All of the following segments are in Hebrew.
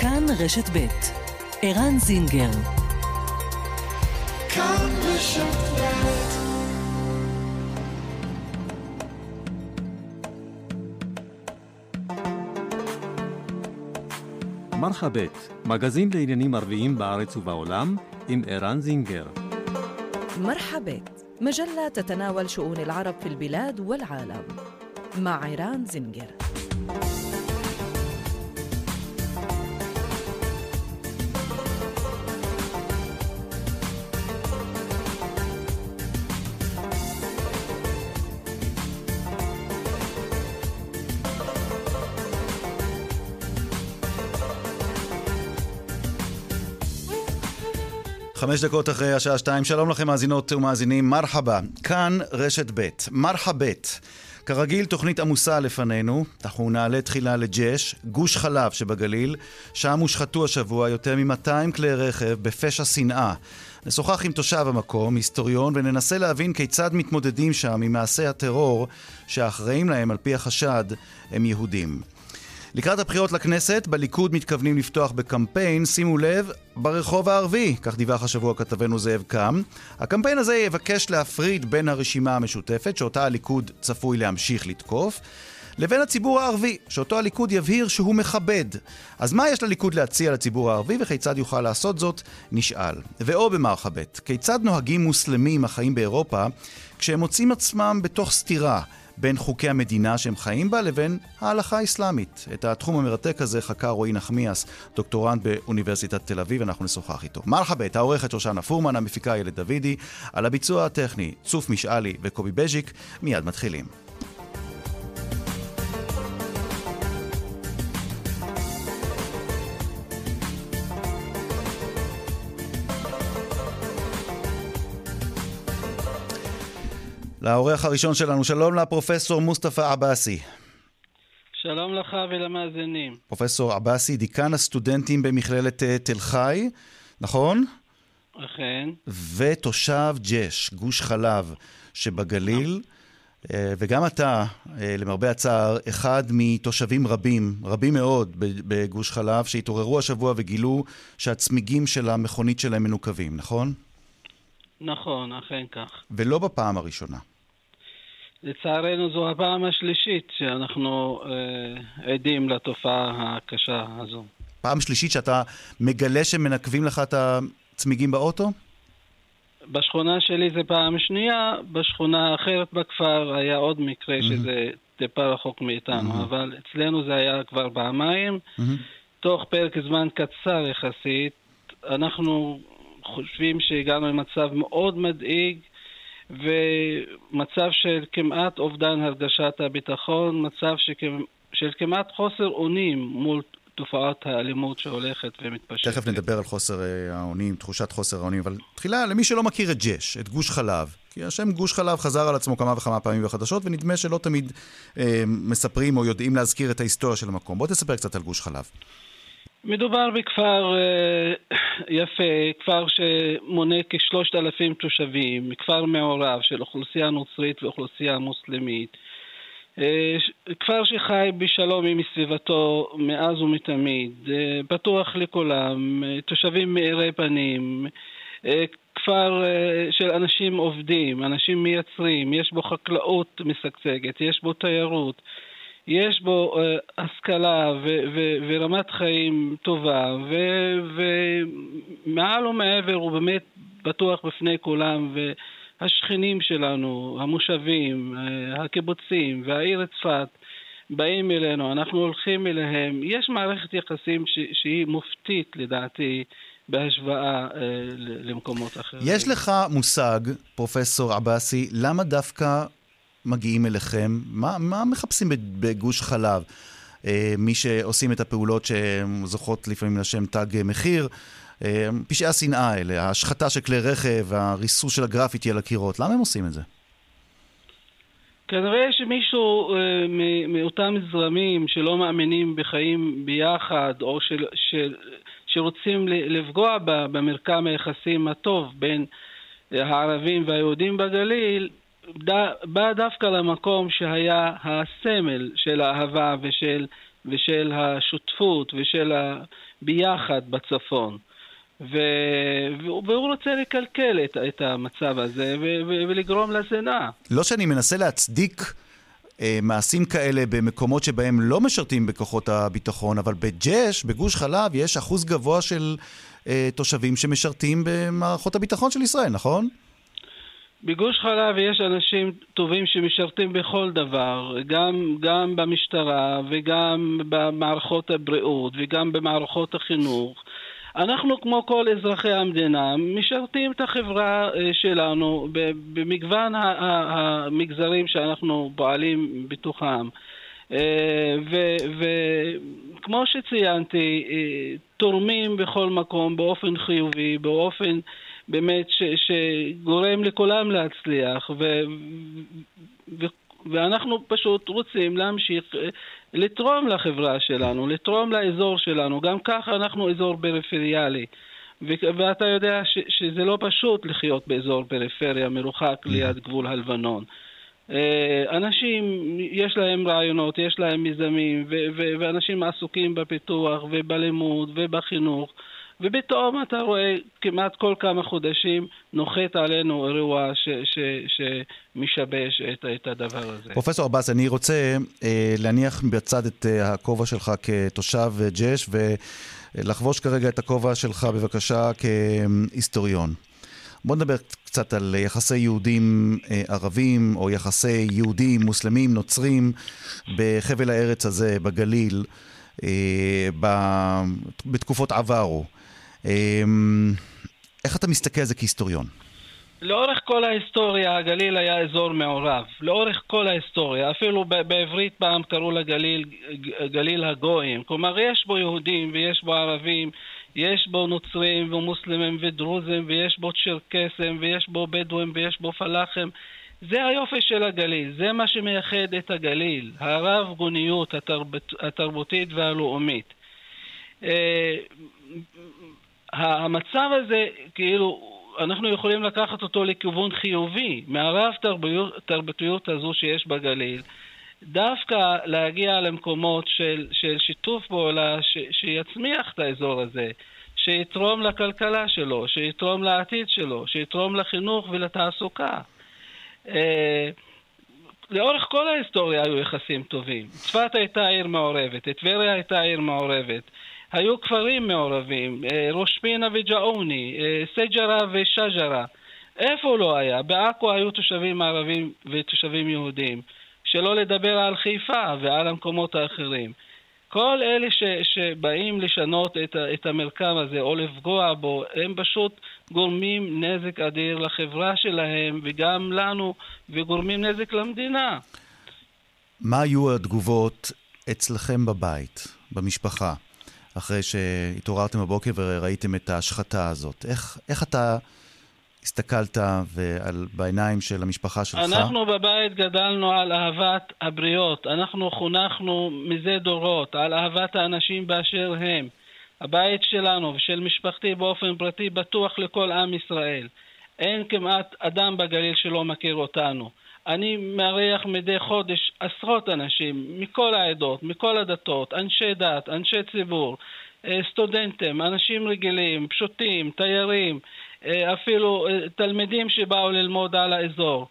כאן רשת ב' ערן זינגר. כאן רשת ב'. מרחבת, מגזין לעניינים ערביים בארץ ובעולם עם ערן זינגר. مرحبات، مجلة تتناول شؤون العرب في البلاد والعالم مع عران زنجر. חמש דקות אחרי השעה 2, שלום לכם מאזינות ומאזינים, מרחבה, כאן רשת ב', מרחבת. כרגיל תוכנית עמוסה לפנינו, אנחנו נעלה תחילה לג'ש, גוש חלב שבגליל, שם הושחתו השבוע יותר מ-200 כלי רכב בפשע שנאה. נשוחח עם תושב המקום, היסטוריון, וננסה להבין כיצד מתמודדים שם עם מעשי הטרור שהאחראים להם על פי החשד הם יהודים. לקראת הבחירות לכנסת, בליכוד מתכוונים לפתוח בקמפיין, שימו לב, ברחוב הערבי, כך דיווח השבוע כתבנו זאב קם. הקמפיין הזה יבקש להפריד בין הרשימה המשותפת, שאותה הליכוד צפוי להמשיך לתקוף, לבין הציבור הערבי, שאותו הליכוד יבהיר שהוא מכבד. אז מה יש לליכוד להציע לציבור הערבי וכיצד יוכל לעשות זאת? נשאל. ואו במרחבת, כיצד נוהגים מוסלמים החיים באירופה כשהם מוצאים עצמם בתוך סתירה בין חוקי המדינה שהם חיים בה לבין ההלכה האסלאמית? את התחום המרתק הזה חקר רועי נחמיאס, דוקטורנט באוניברסיטת תל אביב, אנחנו נשוחח איתו. מרחבת, העורכת שושנה פורמן, המפיקה ילד דוידי, על הביצוע הטכני צוף משאלי וקובי בז'יק. מיד מתחילים. לעורך הראשון שלנו, שלום לפרופסור מוסטפא עבאסי. שלום לך ולמאזינים. פרופסור עבאסי, דיקן הסטודנטים במכללת תל חי, נכון? אכן. ותושב ג'ש, גוש חלב שבגליל, וגם אתה, למרבה הצער, אחד מתושבים רבים מאוד בגוש חלב, שהתעוררו השבוע וגילו שהצמיגים של המכונית שלהם מנוקבים, נכון? נכון, אכן כך. ולא בפעם הראשונה. לצערנו זו הפעם השלישית שאנחנו עדים לתופעה הקשה הזו. פעם שלישית שאתה מגלה שמנקבים לך את הצמיגים באוטו? בשכונה שלי זה פעם שנייה, בשכונה האחרת בכפר היה עוד מקרה שזה טיפה רחוק מאיתנו, אבל אצלנו זה היה כבר פעמיים, תוך פרק זמן קצר יחסית. אנחנו חושבים שהגענו למצב מאוד מדאיג, ומצב של כמעט אובדן הרגשת הביטחון, מצב של כמעט חוסר אונים מול תופעת האלימות שהולכת ומתפשטת. תכף נדבר על חוסר האונים, תחושת חוסר האונים, אבל תחילה, למי שלא מכיר את ג'ש, את גוש חלב, כי השם גוש חלב חזר על עצמו כמה וכמה פעמים בחדשות, ונדמה שלא תמיד מספרים או יודעים להזכיר את ההיסטוריה של המקום. בוא תספר קצת על גוש חלב. מדובר בכפר יפה, כפר שמונה כ3,000 תושבים, כפר מעורב של אוכלוסייה נוצרית ואוכלוסייה מוסלמית, כפר שחי בשלום עם סביבתו מאז ומתמיד, פתוח לכולם, תושבים מאירי פנים, כפר של אנשים עובדים, אנשים מייצרים, יש בו חקלאות משגשגת, יש בו תיירות, יש בו השכלה ורמת חיים טובה, ומעל ומעבר הוא באמת בטוח בפני כולם, והשכנים שלנו, המושבים, הקיבוצים והעיר צפת באים אלינו, אנחנו הולכים אליהם. יש מערכת יחסים שהיא מופתית לדעתי בהשוואה למקומות אחרים. יש לך מושג, פרופסור עבאסי, למה דווקא מגיעים אליכם? מה מחפשים בגוש חלב? מי שעושים את הפעולות שזוכות לפעמים לשם תג מחיר, פשעי השנאה האלה, ההשחתה של כלי רכב, הריסוס של הגרפיטי על הקירות, למה הם עושים את זה? כנראה שמישהו מאותם זרמים שלא מאמינים בחיים ביחד, או שרוצים לפגוע במרקם היחסים הטוב בין הערבים והיהודים בגליל, בא דווקא למקום שהיה הסמל של האהבה ושל ושל השותפות ושל ביחד בצפון. והוא רוצה לקלקל את המצב הזה ולגרום לזנה. לא שאני מנסה להצדיק מעשים כאלה במקומות שבהם לא משרתים בכוחות הביטחון, אבל בג'ש, בגוש חלב, יש אחוז גבוה של תושבים שמשרתים במערכות הביטחון של ישראל, נכון? בגוש חלב יש אנשים טובים שמשרתים בכל דבר, גם במשטרה וגם במערכות הבריאות וגם במערכות החינוך. אנחנו כמו כל אזרחי המדינה משרתים את החברה שלנו במגוון המגזרים שאנחנו פועלים בתוכם. וכמו שציינתי, תורמים בכל מקום באופן חיובי, באופן באמת שגורם לכולם להצליח, ואנחנו פשוט רוצים להמשיך לתרום לחברה שלנו, לתרום לאזור שלנו. גם ככה אנחנו אזור פריפריאלי, ואתה יודע שזה לא פשוט לחיות באזור פריפריה מרוחק ליד גבול הלבנון. אנשים יש להם רעיונות, יש להם מיזמים, ואנשים עסוקים בפיתוח ובלימוד ובחינוך, ובתאום אתה רואה כמעט כל כמה חודשים נוחת עלינו אירוע שמשבש את הדבר הזה. פרופסור עבאס, אני רוצה להניח בצד את הכובע שלך כתושב ג'ש, ולחבוש כרגע את הכובע שלך בבקשה כהיסטוריון. בוא נדבר קצת על יחסי יהודים ערבים, או יחסי יהודים, מוסלמים, נוצרים, בחבל הארץ הזה, בגליל, בתקופות עברו. איך אתה מסתכל על זה כהיסטוריון? לאורך כל ההיסטוריה הגליל היה אזור מעורב. לאורך כל ההיסטוריה, אפילו בעברית פעם קראו לגליל גליל הגויים. כלומר, יש בו יהודים ויש בו ערבים, יש בו נוצרים ומוסלמים ודרוזים, ויש בו צ'רקסים ויש בו בדואים ויש בו פלאחים. זה היופי של הגליל, זה מה שמייחד את הגליל, הרב גוניות התרבותית והלאומית. המצב הזה, כאילו, אנחנו יכולים לקחת אותו לכיוון חיובי, מהרב תרבותיות הזו שיש בגליל, דווקא להגיע למקומות של שיתוף פעולה שיצמיח את האזור הזה, שיתרום לכלכלה שלו, שיתרום לעתיד שלו, שיתרום לחינוך ולתעסוקה. לאורך כל ההיסטוריה היו יחסים טובים. צפת הייתה עיר מעורבת, טבריה הייתה עיר מעורבת, היו כפרים מעורבים, ראש פינה וג'אוני, סג'רה ושג'רה. איפה לא היה? בעכו היו תושבים ערבים ותושבים יהודים, שלא לדבר על חיפה ועל המקומות האחרים. כל אלה שבאים לשנות את המרקם הזה או לפגוע בו, הם פשוט גורמים נזק אדיר לחברה שלהם וגם לנו, וגורמים נזק למדינה. מה היו התגובות אצלכם בבית, במשפחה, אחרי שהתעוררתם בבוקר וראיתם את ההשחתה הזאת? איך אתה הסתכלת בעיניים של המשפחה שלך? אנחנו בבית גדלנו על אהבת הבריות. אנחנו חונכנו מזה דורות על אהבת האנשים באשר הם. הבית שלנו ושל משפחתי באופן פרטי בטוח לכל עם ישראל. אין כמעט אדם בגליל שלא מכיר אותנו. אני מארח מדי חודש עשרות אנשים מכל העדות, מכל הדתות, אנשי דת, אנשי ציבור, סטודנטים, אנשים רגילים, פשוטים, תיירים, אפילו תלמידים שבאו ללמוד על האזור.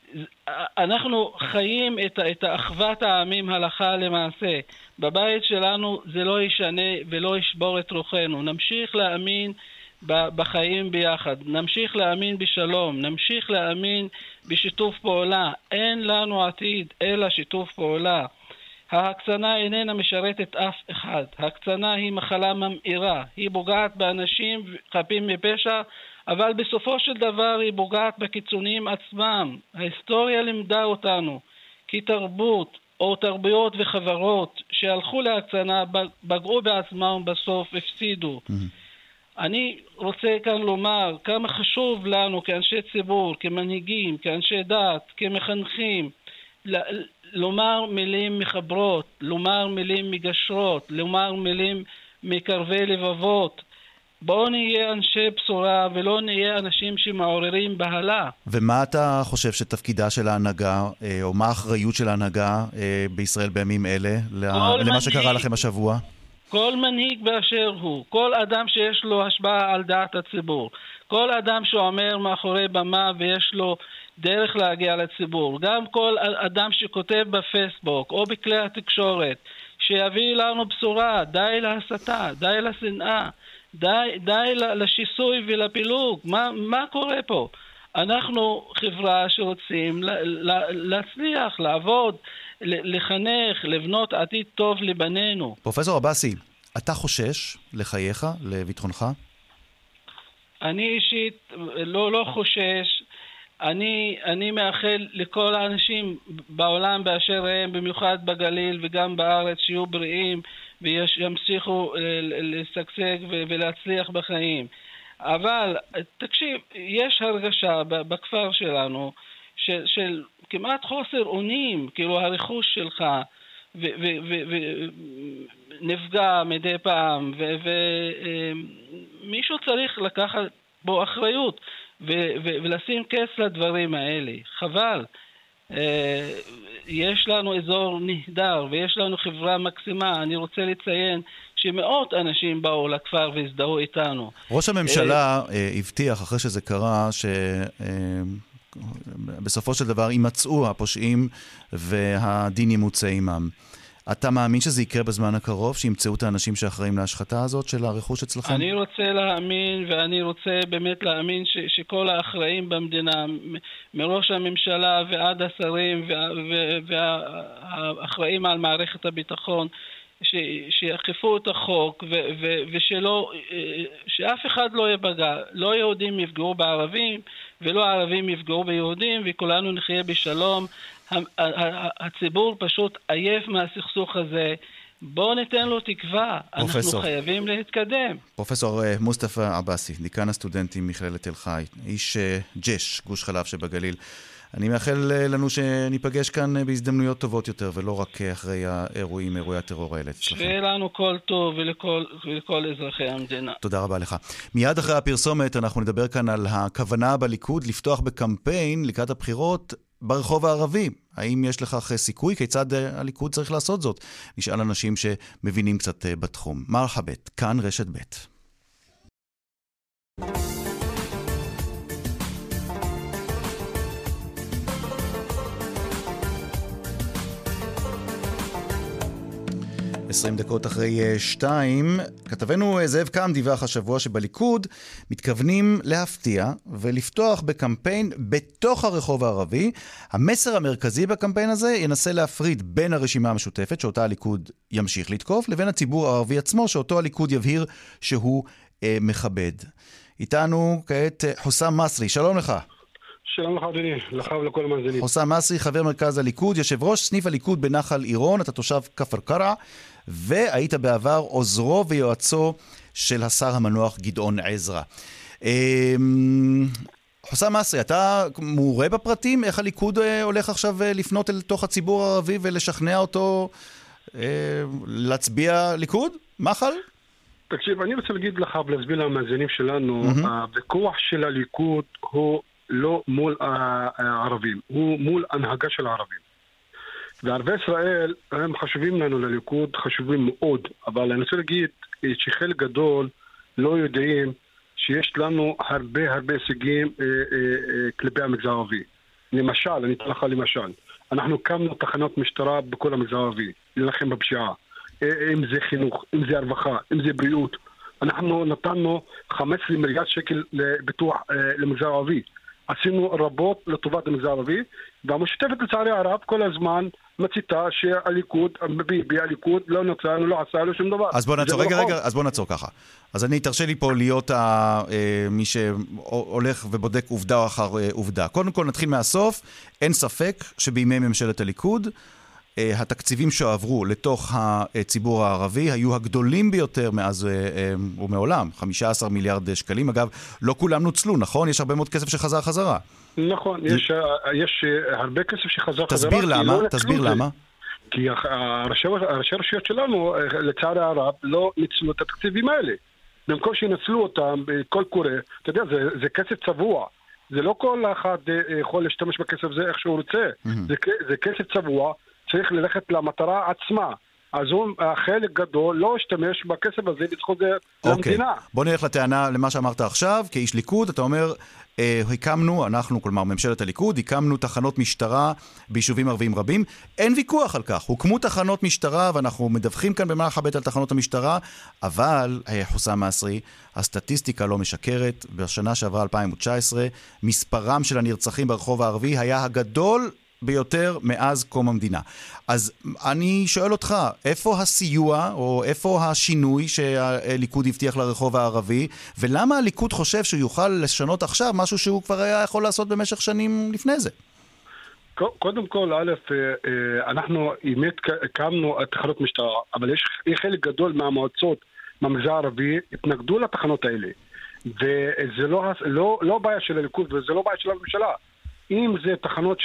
אנחנו חיים את אחוות העמים הלכה למעשה. בבית שלנו זה לא ישנה ולא ישבור את רוחנו. נמשיך להאמין בחיים ביחד, נמשיך להאמין בשלום, נמשיך להאמין בשיתוף פעולה. אין לנו עתיד אלא שיתוף פעולה. ההקצנה איננה משרתת אף אחד. ההקצנה היא מחלה ממאירה, היא פוגעת באנשים חפים מפשע, אבל בסופו של דבר היא פוגעת בקיצוניים עצמם. ההיסטוריה לימדה אותנו כי תרבות או תרבויות וחברות שהלכו להקצנה פגעו בעצמם בסוף הפסידו. אני רוצה כאן לומר כמה חשוב לנו כאנשי ציבור, כמנהיגים, כאנשי דת, כמחנכים, לומר מילים מחברות, לומר מילים מגשרות, לומר מילים מקרבי לבבות. בואו נהיה אנשי בשורה ולא נהיה אנשים שמעוררים בהלה. ומה אתה חושב שתפקידה של ההנהגה, או מה האחריות של ההנהגה בישראל בימים אלה, למה שקרה לכם השבוע? כל מנהיג באשר הוא, כל אדם שיש לו השפעה על דעת הציבור, כל אדם שאומר מאחורי במה ויש לו דרך להגיע לציבור, גם כל אדם שכותב בפייסבוק או בכלי התקשורת, שיביא לנו בשורה, די להסתה, די לשנאה, די לשיסוי ולפילוג. מה קורה פה? אנחנו חברה שרוצים להצליח, לעבוד, לחנך, לבנות עתיד טוב לבנינו. פרופסור עבאסי, אתה חושש לחייך, לביטחונך? אני אישית לא חושש. אני מאחל לכל האנשים בעולם באשר הם, במיוחד בגליל וגם בארץ, שיהיו בריאים וימשיכו לשגשג ולהצליח בחיים. אבל תקשיב, יש הרגשה בכפר שלנו של כמעט חוסר אונים, כאילו הרכוש שלך נפגע מדי פעם, ומישהו צריך לקחת בו אחריות ולשים קץ לדברים האלה. חבל. יש לנו אזור נהדר ויש לנו חברה מקסימה. אני רוצה לציין שמאות אנשים באו לכפר והזדהו איתנו. ראש הממשלה הבטיח אחרי שזה קרה שבסופו של דבר יימצאו הפושעים והדין ימוצא עימם. אתה מאמין שזה יקרה בזמן הקרוב, שימצאו את האנשים שאחראים להשחתה הזאת של הרכוש אצלכם? אני רוצה להאמין, ואני רוצה באמת להאמין שכל האחראים במדינה, מראש הממשלה ועד השרים והאחראים על מערכת הביטחון, שיאכפו את החוק שאף אחד לא יפגע, לא יהודים יפגעו בערבים ולא ערבים יפגעו ביהודים, וכולנו נחיה בשלום. הציבור פשוט עייף מהסכסוך הזה. בואו ניתן לו תקווה. אנחנו חייבים להתקדם. פרופסור מוסטפא עבאסי, דיקן הסטודנטים מכללת תל חי, איש ג'ש, גוש חלב שבגליל. אני מאחל לנו שניפגש כאן בהזדמנויות טובות יותר, ולא רק אחרי אירועי הטרור האלה. שיהיה לנו כל טוב ולכל אזרחי המדינה. תודה רבה לך. מיד אחרי הפרסומת אנחנו נדבר כאן על הכוונה בליכוד לפתוח בקמפיין לקראת הבחירות ברחוב הערבי. האם יש לכך סיכוי? כיצד הליכוד צריך לעשות זאת? נשאל אנשים שמבינים קצת בתחום. מרחבת, כאן רשת ב'. 20 דקות אחרי 2, כתבנו זאב קם דיווח השבוע שבליכוד מתכוונים להפתיע ולפתוח בקמפיין בתוך הרחוב הערבי. המסר המרכזי בקמפיין הזה ינסה להפריד בין הרשימה המשותפת, שאותה הליכוד ימשיך לתקוף, לבין הציבור הערבי עצמו, שאותו הליכוד יבהיר שהוא מכבד. איתנו כעת חוסם מסרי, שלום לך. שלום לך אדוני, לך ולכל המאזינים. חוסם מסרי, חבר מרכז הליכוד, יושב ראש סניף הליכוד בנחל עירון, אתה תושב כפר קרע, והיית בעבר עוזרו ויועצו של השר המנוח גדעון עזרא. חוסם מסרי, אתה מעורה בפרטים? איך הליכוד הולך עכשיו לפנות אל תוך הציבור הערבי ולשכנע אותו להצביע ליכוד? מחל? תקשיב, אני רוצה להגיד לך ולהסביר למאזינים שלנו, הוויכוח של הליכוד הוא לא מול הערבים, הוא מול הנהגה של הערבים. וערבי ישראל הם חשובים לנו לליכוד, חשובים מאוד, אבל אני רוצה להגיד שחלק גדול לא יודעים שיש לנו הרבה הישגים כלפי המגזר הערבי. למשל, אני אתן לך למשל, אנחנו קמנו תחנות משטרה בכל המגזר הערבי, להילחם בפשיעה, אם זה חינוך, אם זה הרווחה, אם זה בריאות. אנחנו נתנו 15 מיליארד שקל לביטוח למגזר הערבי. עשינו רבות לטובת המגזר הערבי, והמשותפת לצערי הרב כל הזמן מציתה שהליכוד, ביבי הליכוד לא נצאנו, לא עשה לו שום דבר. אז בוא נעצור, רגע, אז בוא נעצור ככה. אז אני תרשה לי פה להיות מי שהולך ובודק עובדה אחר עובדה. קודם כל נתחיל מהסוף, אין ספק שבימי ממשלת הליכוד, התקציבים שעברו לתוך הציבור הערבי היו הגדולים ביותר מאז ומעולם, 15 מיליארד שקלים. אגב, לא כולם נוצלו, נכון? יש הרבה מאוד כסף שחזר חזרה. נכון, יש הרבה כסף שחזר חזרה. תסביר למה. כי ראשי הרשויות שלנו, לצערי הרב, לא ניצלו את התקציבים האלה. במקום שינצלו אותם בכל קורא, אתה יודע, זה כסף צבוע. זה לא כל אחד יכול להשתמש בכסף זה איך שהוא רוצה. זה כסף צבוע, צריך ללכת למטרה עצמה. אז חלק גדול לא השתמש בכסף הזה לזכות זה למדינה. בוא נלך לטענה למה שאמרת עכשיו, כאיש ליכוד, אתה אומר, הקמנו, אנחנו, כלומר ממשלת הליכוד, הקמנו תחנות משטרה ביישובים ערביים רבים. אין ויכוח על כך, הוקמו תחנות משטרה, ואנחנו מדווחים כאן במרחה ב' על תחנות המשטרה, אבל, חוסם מעשרי, הסטטיסטיקה לא משקרת. בשנה שעברה 2019, מספרם של הנרצחים ברחוב הערבי היה הגדול ביותר מאז קום המדינה. אז אני שואל אותך, איפה הסיוע או איפה השינוי שהליכוד הבטיח לרחוב הערבי, ולמה הליכוד חושב שהוא יוכל לשנות עכשיו משהו שהוא כבר היה יכול לעשות במשך שנים לפני זה? קודם כל, אנחנו באמת הקמנו תחנות משטרה, אבל יש חלק גדול מהמועצות במגזר הערבי התנגדו לתחנות האלה, וזה לא בעיה של הליכוד וזה לא בעיה של הממשלה. אם זה תחנות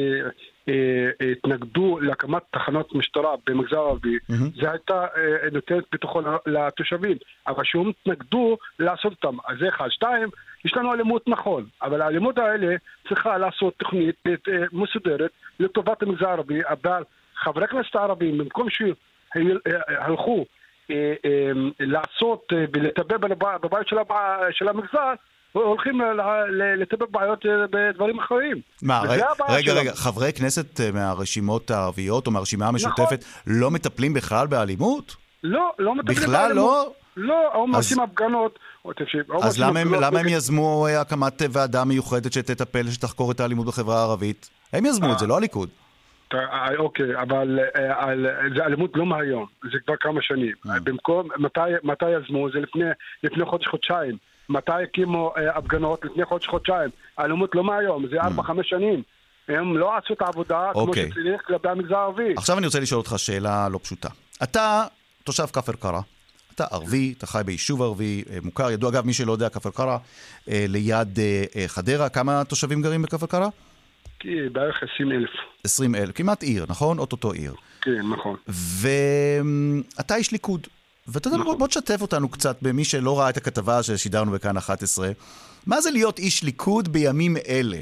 שהתנגדו להקמת תחנות משטרה במגזר הערבי, זה הייתה נותנת ביטחון לתושבים, אבל שהם התנגדו לעשות אותם. אז זה אחד. שתיים, יש לנו אלימות נכון, אבל האלימות האלה צריכה לעשות תוכנית מסודרת לטובת המגזר הערבי, אבל חברי הכנסת הערבים, במקום שהלכו לעשות ולטפל בבית של המגזר, הולכים לטפל בעיות בדברים אחרים. מה, רגע, חברי כנסת מהרשימות הערביות או מהרשימה המשותפת לא מטפלים בכלל באלימות? לא מטפלים בכלל באלימות. לא? לא, או עושים הפגנות. אז למה הם יזמו הקמת ועדה מיוחדת שתטפל, שתחקור את האלימות בחברה הערבית? הם יזמו את זה, לא הליכוד. אוקיי, אבל זה אלימות לא מהיום, זה כבר כמה שנים. במקום, מתי יזמו? זה לפני חודש-חודשיים. מתי הקימו הפגנות? לפני חודש-חודשיים. האלימות לא מהיום, זה 4-5 שנים. הם לא עשו את העבודה כמו שצריך כלפי המגזר הערבי. עכשיו אני רוצה לשאול אותך שאלה לא פשוטה. אתה תושב כפר קרע, אתה ערבי, אתה חי ביישוב ערבי מוכר, ידוע אגב מי שלא יודע כפר קרע, ליד חדרה. כמה תושבים גרים בכפר קרע? בערך 20,000. 20,000, כמעט עיר, נכון? אותו עיר. כן, נכון. ואתה איש ליכוד. ואתה יודע, בוא תשתף אותנו קצת במי שלא ראה את הכתבה ששידרנו בכאן 11. מה זה להיות איש ליכוד בימים אלה?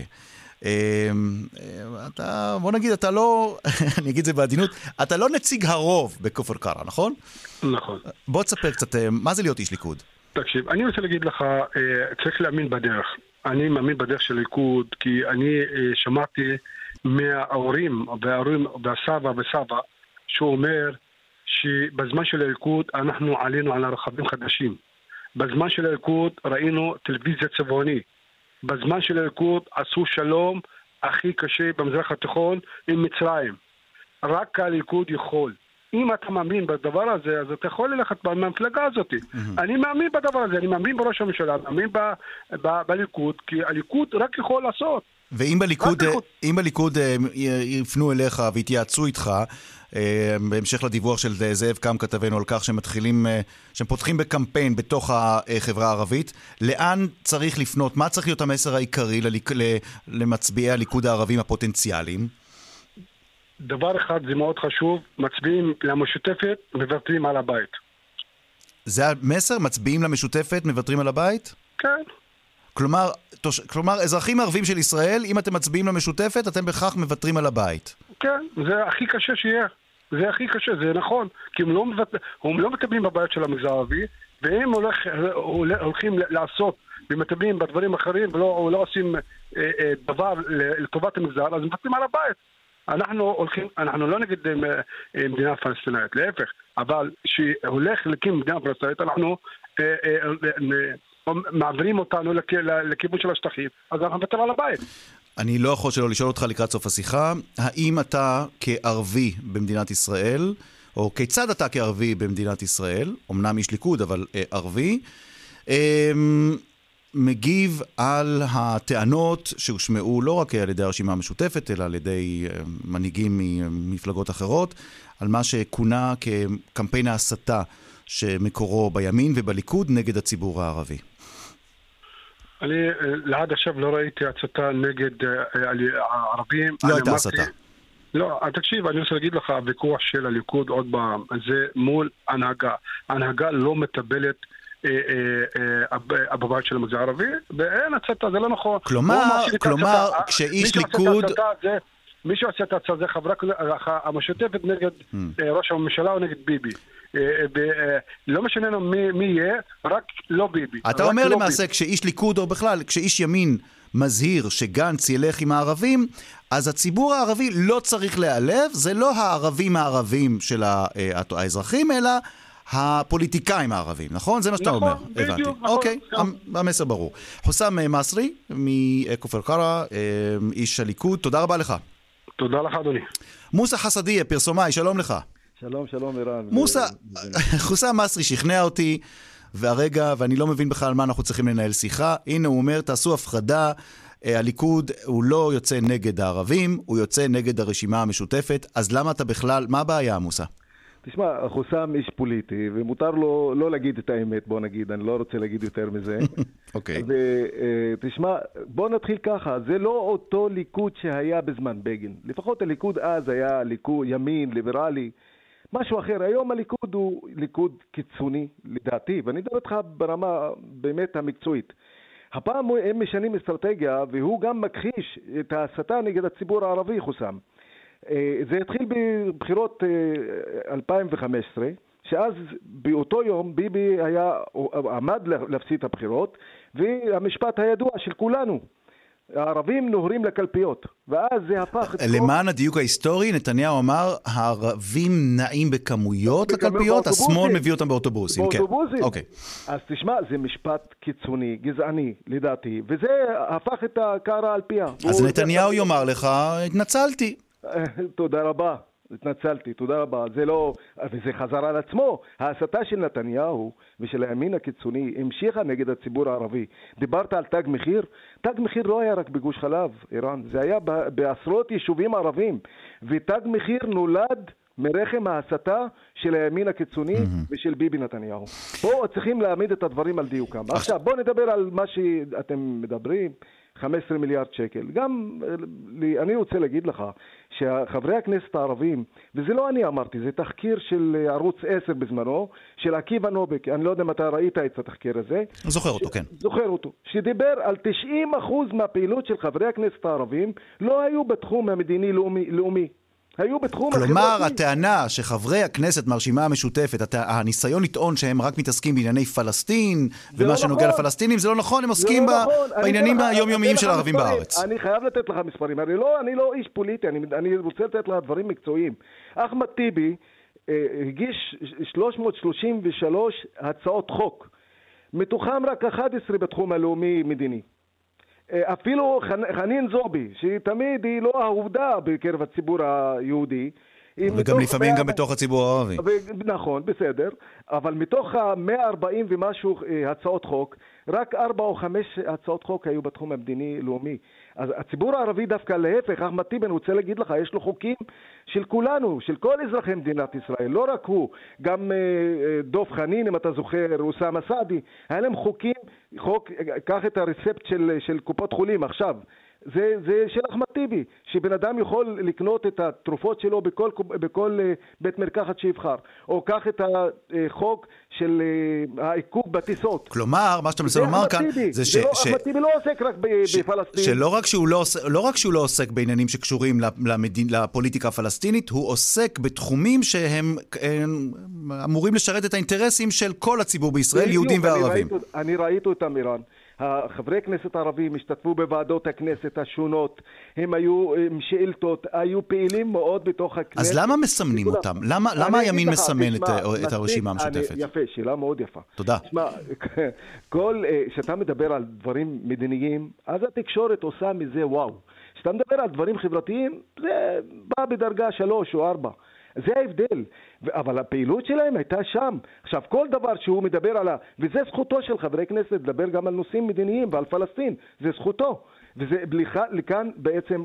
בוא נגיד, אתה לא, אני אגיד זה בעדינות, אתה לא נציג הרוב בכפר קרע, נכון? נכון. בוא תספר קצת, מה זה להיות איש ליכוד? תקשיב, אני רוצה להגיד לך, צריך להאמין בדרך. אני מאמין בדרך של ליכוד, כי אני שמעתי מההורים והסבא וסבא, שהוא אומר, שבזמן של הליכוד אנחנו עלינו על רכבים חדשים. בזמן של הליכוד ראינו טלוויזיה צבעוני. בזמן של הליכוד עשו שלום הכי קשה במזרח התיכון עם מצרים. רק הליכוד יכול. אם אתה מאמין בדבר הזה, אז אתה יכול ללכת במפלגה הזאת. אני מאמין בדבר הזה, אני מאמין בראש הממשלה, אני מאמין בליכוד, כי הליכוד רק יכול לעשות. ואם בליכוד יפנו אליך והתייעצו איתך, בהמשך לדיווח של זאב קם כתבנו על כך שהם פותחים בקמפיין בתוך החברה הערבית, לאן צריך לפנות? מה צריך להיות המסר העיקרי למצביעי הליכוד הערבים הפוטנציאליים? דבר אחד זה מאוד חשוב, מצביעים למשותפת, מוותרים על הבית. זה המסר? מצביעים למשותפת, מוותרים על הבית? כן. כלומר, אזרחים ערבים של ישראל, אם אתם מצביעים למשותפת, אתם בכך מוותרים על הבית. כן, זה הכי קשה שיהיה. זה הכי קשה, זה נכון. כי הם לא מטפלים בבעיות של המגזר הערבי, והם הולכים לעשות ומטפלים בדברים אחרים, ולא עושים דבר לטובת המגזר, אז מוותרים על הבית. אנחנו לא נגד מדינה פלסטינאית, להפך. אבל שהולך להקים מדינה פלסטינאית, אנחנו מעבירים אותנו לכיוון של השטחים, אז אנחנו נוותר על הבית. אני לא יכול שלא לשאול אותך לקראת סוף השיחה, האם אתה כערבי במדינת ישראל, או כיצד אתה כערבי במדינת ישראל, אמנם איש ליכוד, אבל ערבי, מגיב על הטענות שהושמעו לא רק על ידי הרשימה המשותפת, אלא על ידי מנהיגים ממפלגות אחרות, על מה שכונה כקמפיין ההסתה שמקורו בימין ובליכוד נגד הציבור הערבי. אני לעד עכשיו לא ראיתי הצתה נגד הערבים. לא הייתה הסתה. לא, תקשיב, אני רוצה להגיד לך, הוויכוח של הליכוד עוד פעם, זה מול הנהגה. ההנהגה לא מטפלת בבית של המגזר הערבי, ואין הצתה, זה לא נכון. כלומר, כשאיש ליכוד... מי שעושה את הצעה זה חברה המשותפת נגד ראש הממשלה או נגד ביבי. לא משנה לנו מי יהיה, רק לא ביבי. אתה אומר למעשה, כשאיש ליכוד או בכלל, כשאיש ימין מזהיר שגנץ ילך עם הערבים, אז הציבור הערבי לא צריך להיעלב, זה לא הערבים של האזרחים, אלא הפוליטיקאים הערבים, נכון? זה מה שאתה אומר. הבנתי. אוקיי, המסר ברור. חוסם מסרי, מכפר קרע, איש הליכוד, תודה רבה לך. תודה לך, אדוני. מוסא חסדיה, פרסומאי, שלום לך. שלום, ערן. מוסא, חוסם מסרי שכנע אותי, ואני לא מבין בכלל מה אנחנו צריכים לנהל שיחה. הנה הוא אומר, תעשו הפרדה, הליכוד הוא לא יוצא נגד הערבים, הוא יוצא נגד הרשימה המשותפת, אז למה אתה בכלל, מה הבעיה, מוסא? תשמע, חוסם איש פוליטי, ומותר לו לא להגיד את האמת, בוא נגיד, אני לא רוצה להגיד יותר מזה. אוקיי. ותשמע, בוא נתחיל ככה, זה לא אותו ליכוד שהיה בזמן בגין. לפחות הליכוד אז היה ליכוד ימין, ליברלי, משהו אחר. היום הליכוד הוא ליכוד קיצוני, לדעתי, ואני מדבר איתך ברמה באמת המקצועית. הפעם הם משנים אסטרטגיה, והוא גם מכחיש את ההסתה נגד הציבור הערבי, חוסם. זה התחיל בבחירות 2015, שאז באותו יום ביבי עמד להפסיד את הבחירות, והמשפט הידוע של כולנו, הערבים נוהרים לקלפיות, ואז זה הפך... למען הדיוק ההיסטורי, נתניהו אמר, הערבים נעים בכמויות לקלפיות, השמאל מביא אותם באוטובוסים. באוטובוסים. אוקיי. אז תשמע, זה משפט קיצוני, גזעני, לדעתי, וזה הפך את הקערה על פיה. אז נתניהו יאמר לך, התנצלתי. תודה רבה, התנצלתי, תודה רבה. זה לא, וזה חזר על עצמו. ההסתה של נתניהו ושל הימין הקיצוני המשיכה נגד הציבור הערבי. דיברת על תג מחיר? תג מחיר לא היה רק בגוש חלב, איראן. זה היה בעשרות יישובים ערבים. ותג מחיר נולד מרחם ההסתה של הימין הקיצוני ושל ביבי נתניהו. פה צריכים להעמיד את הדברים על דיוקם. עכשיו, בוא נדבר על מה שאתם מדברים. 15 מיליארד שקל. גם אני רוצה להגיד לך שחברי הכנסת הערבים, וזה לא אני אמרתי, זה תחקיר של ערוץ 10 בזמנו, של עקיבא נובק, אני לא יודע אם אתה ראית את התחקיר הזה. זוכר אותו, כן. זוכר אותו. שדיבר על 90% מהפעילות של חברי הכנסת הערבים לא היו בתחום המדיני-לאומי. היו בתחום כלומר, הטענה שחברי הכנסת מהרשימה המשותפת, הניסיון לטעון שהם רק מתעסקים בענייני פלסטין, ומה שנוגע לפלסטינים, זה לא נכון, הם עוסקים בעניינים היומיומיים של הערבים בארץ. אני חייב לתת לך מספרים, אני לא איש פוליטי, אני רוצה לתת לך דברים מקצועיים. אחמד טיבי הגיש 333 הצעות חוק, מתוכם רק 11 בתחום הלאומי-מדיני. אפילו חנין זועבי, שתמיד היא לא אהודה בקרב הציבור היהודי. וגם לפעמים גם בתוך הציבור הערבי. נכון, בסדר. אבל מתוך 140 ומשהו הצעות חוק, רק 4 או 5 הצעות חוק היו בתחום המדיני-לאומי. אז הציבור הערבי דווקא להפך, אחמד טיבי, אני רוצה להגיד לך, יש לו חוקים של כולנו, של כל אזרחי מדינת ישראל, לא רק הוא, גם דוב חנין, אם אתה זוכר, אוסאמה סעדי, היה להם חוק, קח את הרצפט של קופות חולים עכשיו, זה של אחמד טיבי, שבן אדם יכול לקנות את התרופות שלו בכל בית מרקחת שיבחר, או קח את החוק של העיכוב בטיסות. כלומר, מה שאתה מנסה לומר כאן, זה אחמד טיבי לא עוסק רק בפלסטין. שלא רק שהוא לא עוסק בעניינים שקשורים לפוליטיקה הפלסטינית, הוא עוסק בתחומים שהם אמורים לשרת את האינטרסים של כל הציבור בישראל, יהודים וערבים. אני ראיתי אותם, איראן. החברי כנסת הערבים השתתפו בוועדות הכנסת השונות, הם היו עם שאילתות, היו פעילים מאוד בתוך הכנסת. אז למה מסמנים אותם? למה הימין מסמן את הרשימה המשותפת? יפה, שאלה מאוד יפה. תודה. תשמע, שאתה מדבר על דברים מדיניים, אז התקשורת עושה מזה וואו. שאתה מדבר על דברים חברתיים, זה בא בדרגה 3 או 4. זה ההבדל, אבל הפעילות שלהם הייתה שם. עכשיו, כל דבר שהוא מדבר עליו, וזה זכותו של חברי כנסת לדבר גם על נושאים מדיניים ועל פלסטין, זה זכותו, וזה לכאן בעצם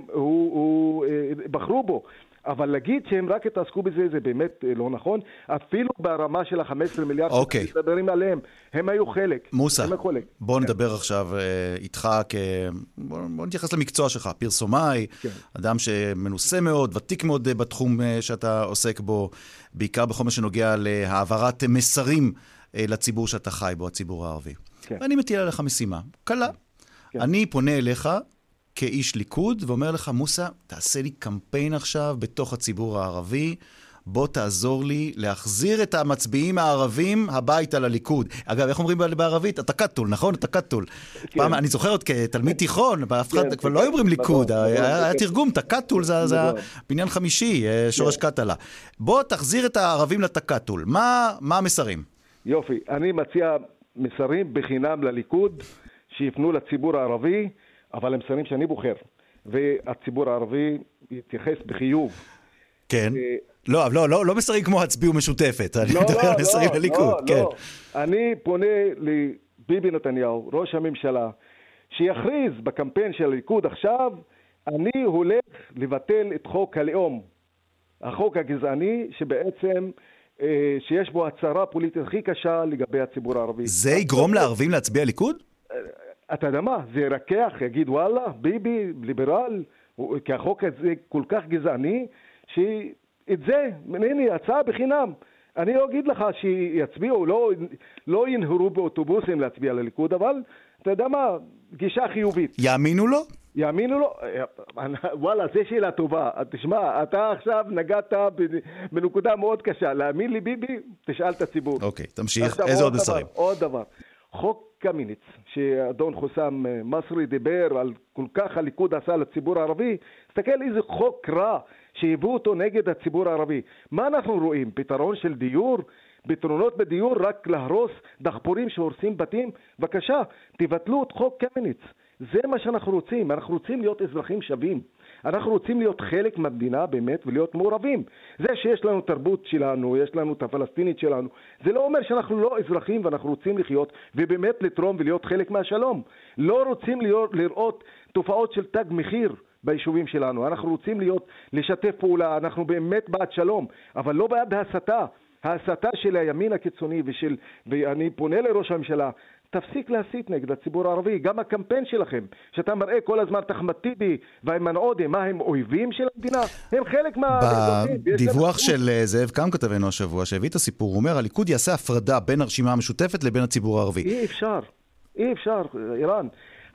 בחרו בו. אבל להגיד שהם רק התעסקו בזה, זה באמת לא נכון. אפילו ברמה של 15 מיליארד שמדברים עליהם, הם היו חלק. מוסא, בוא נדבר עכשיו איתך, בוא נתייחס למקצוע שלך, פרסומאי, אדם שמנוסה מאוד, ותיק מאוד בתחום שאתה עוסק בו, בעיקר בכל מה שנוגע להעברת מסרים לציבור שאתה חי בו, הציבור הערבי. כן. ואני מטיל עליך משימה, קלה. כן. אני פונה אליך כאיש ליכוד, ואומר לך, מוסא, תעשה לי קמפיין עכשיו בתוך הציבור הערבי, בוא תעזור לי להחזיר את המצביעים הערבים הביתה לליכוד. אגב, איך אומרים בערבית? אתה קטול, נכון? אתה קטול. כן. פעם, אני זוכר עוד כתלמיד תיכון, באף אחד כן, כבר לא אומרים ליכוד, נכון, היה נכון. תרגום, תקטול זה בניין חמישי, שורש קטלה. בוא תחזיר את הערבים לתקטול. מה המסרים? יופי, אני מציע מסרים בחינם לליכוד, שיפנו לציבור הערבי, אבל הם מסרים שאני בוחר. והציבור הערבי יתייחס בחיוב. כן. לא מסרים כמו הצביעו משותפת. אני מדבר על מסרים לליכוד. לא. אני פונה לביבי נתניהו, ראש הממשלה, שיכריז בקמפיין של הליכוד עכשיו, אני הולך לבטל את חוק הלאום. החוק הגזעני שבעצם, שיש בו הצהרה פוליטית הכי קשה לגבי הציבור הערבי. זה יגרום לערבים להצביע ליכוד? אתה יודע מה, זה ירקח, יגיד וואלה, ביבי, ליברל, כי החוק הזה כל כך גזעני, שאת זה, הנה, הצעה בחינם. אני לא אגיד לך שיצביעו, לא ינהרו באוטובוסים להצביע לליכוד, אבל אתה יודע מה, גישה חיובית. יאמינו לו? יאמינו לו? וואלה, זו שאלה טובה. תשמע, אתה עכשיו נגעת בנקודה מאוד קשה. להאמין לי ביבי, תשאל את הציבור. אוקיי, תמשיך. איזה עוד מסרים? עוד דבר. חוק קמיניץ, שאדון חוסם מסרי דיבר על כל כך הליכוד עשה לציבור הערבי, תסתכל איזה חוק רע שהביאו אותו נגד הציבור הערבי. מה אנחנו רואים? פתרון של דיור? פתרונות בדיור רק להרוס דחפורים שהורסים בתים? בבקשה, תבטלו את חוק קמיניץ. זה מה שאנחנו רוצים. אנחנו רוצים להיות אזרחים שווים. אנחנו רוצים להיות חלק מהמדינה באמת ולהיות מעורבים. זה שיש לנו תרבות שלנו, יש לנו את הפלסטינית שלנו, זה לא אומר שאנחנו לא אזרחים ואנחנו רוצים לחיות ובאמת לתרום ולהיות חלק מהשלום. לא רוצים לראות תופעות של תג מחיר ביישובים שלנו. אנחנו רוצים לשתף פעולה, אנחנו באמת בעד שלום, אבל לא בעד ההסתה. ההסתה של הימין הקיצוני ואני פונה לראש הממשלה, תפסיק להסית נגד הציבור הערבי. גם הקמפיין שלכם, שאתה מראה כל הזמן אחמד טיבי ואיימן עודה, מה הם אויבים של המדינה? הם חלק בדיווח של זאב קם כתבנו השבוע, שהביא את הסיפור, הוא אומר, הליכוד יעשה הפרדה בין הרשימה המשותפת לבין הציבור הערבי. אי אפשר, איראן.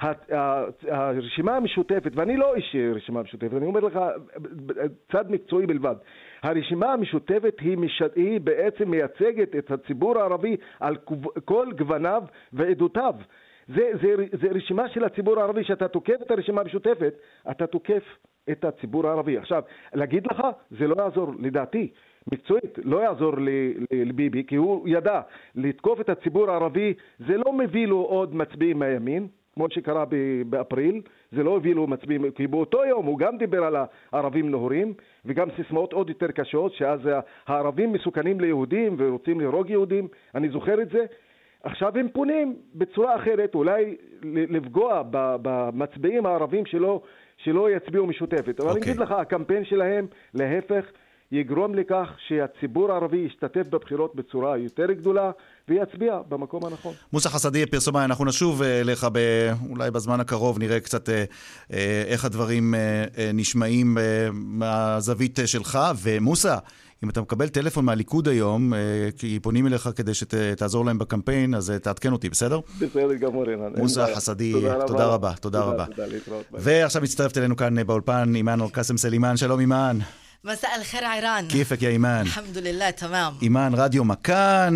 הרשימה המשותפת, ואני לא איש רשימה המשותפת, אני אומר לך צד מקצועי בלבד, הרשימה המשותפת היא בעצם מייצגת את הציבור הערבי על כל גווניו ועדותיו. זה רשימה של הציבור הערבי. שאתה תוקף את הרשימה המשותפת, אתה תוקף את הציבור הערבי. עכשיו, להגיד לך, זה לא יעזור, לדעתי מקצועית, לא יעזור לביבי, כי הוא ידע לתקוף את הציבור הערבי, זה לא מביא לו עוד מצביעים מהימין, כמו שקרה באפריל, זה לא הביא לו מצביעים, כי באותו יום הוא גם דיבר על הערבים נהורים, וגם סיסמאות עוד יותר קשות, שאז הערבים מסוכנים ליהודים ורוצים להרוג יהודים, אני זוכר את זה. עכשיו הם פונים בצורה אחרת, אולי לפגוע במצביעים הערבים שלא יצביעו משותפת. אבל אני אגיד לך, הקמפיין שלהם, להפך, יגרום לכך שהציבור הערבי ישתתף בבחירות בצורה יותר גדולה ויצביע במקום הנכון. מוסא חסדי, פרסומאי, אנחנו נשוב אליך אולי בזמן הקרוב, נראה קצת איך הדברים נשמעים מהזווית שלך. ומוסא, אם אתה מקבל טלפון מהליכוד היום, כי פונים אליך כדי שתעזור להם בקמפיין, אז תעדכן אותי, בסדר? בסדר גמור, אינן. מוסא חסדי, תודה רבה. תודה רבה. ועכשיו מצטרפת אלינו כאן באולפן אימאן אל-קאסם סלימאן. שלום אימאן. مساء الخير عيران. كيفك يا إيمان؟ الحمد لله تمام. إيمان רדיו מכאן,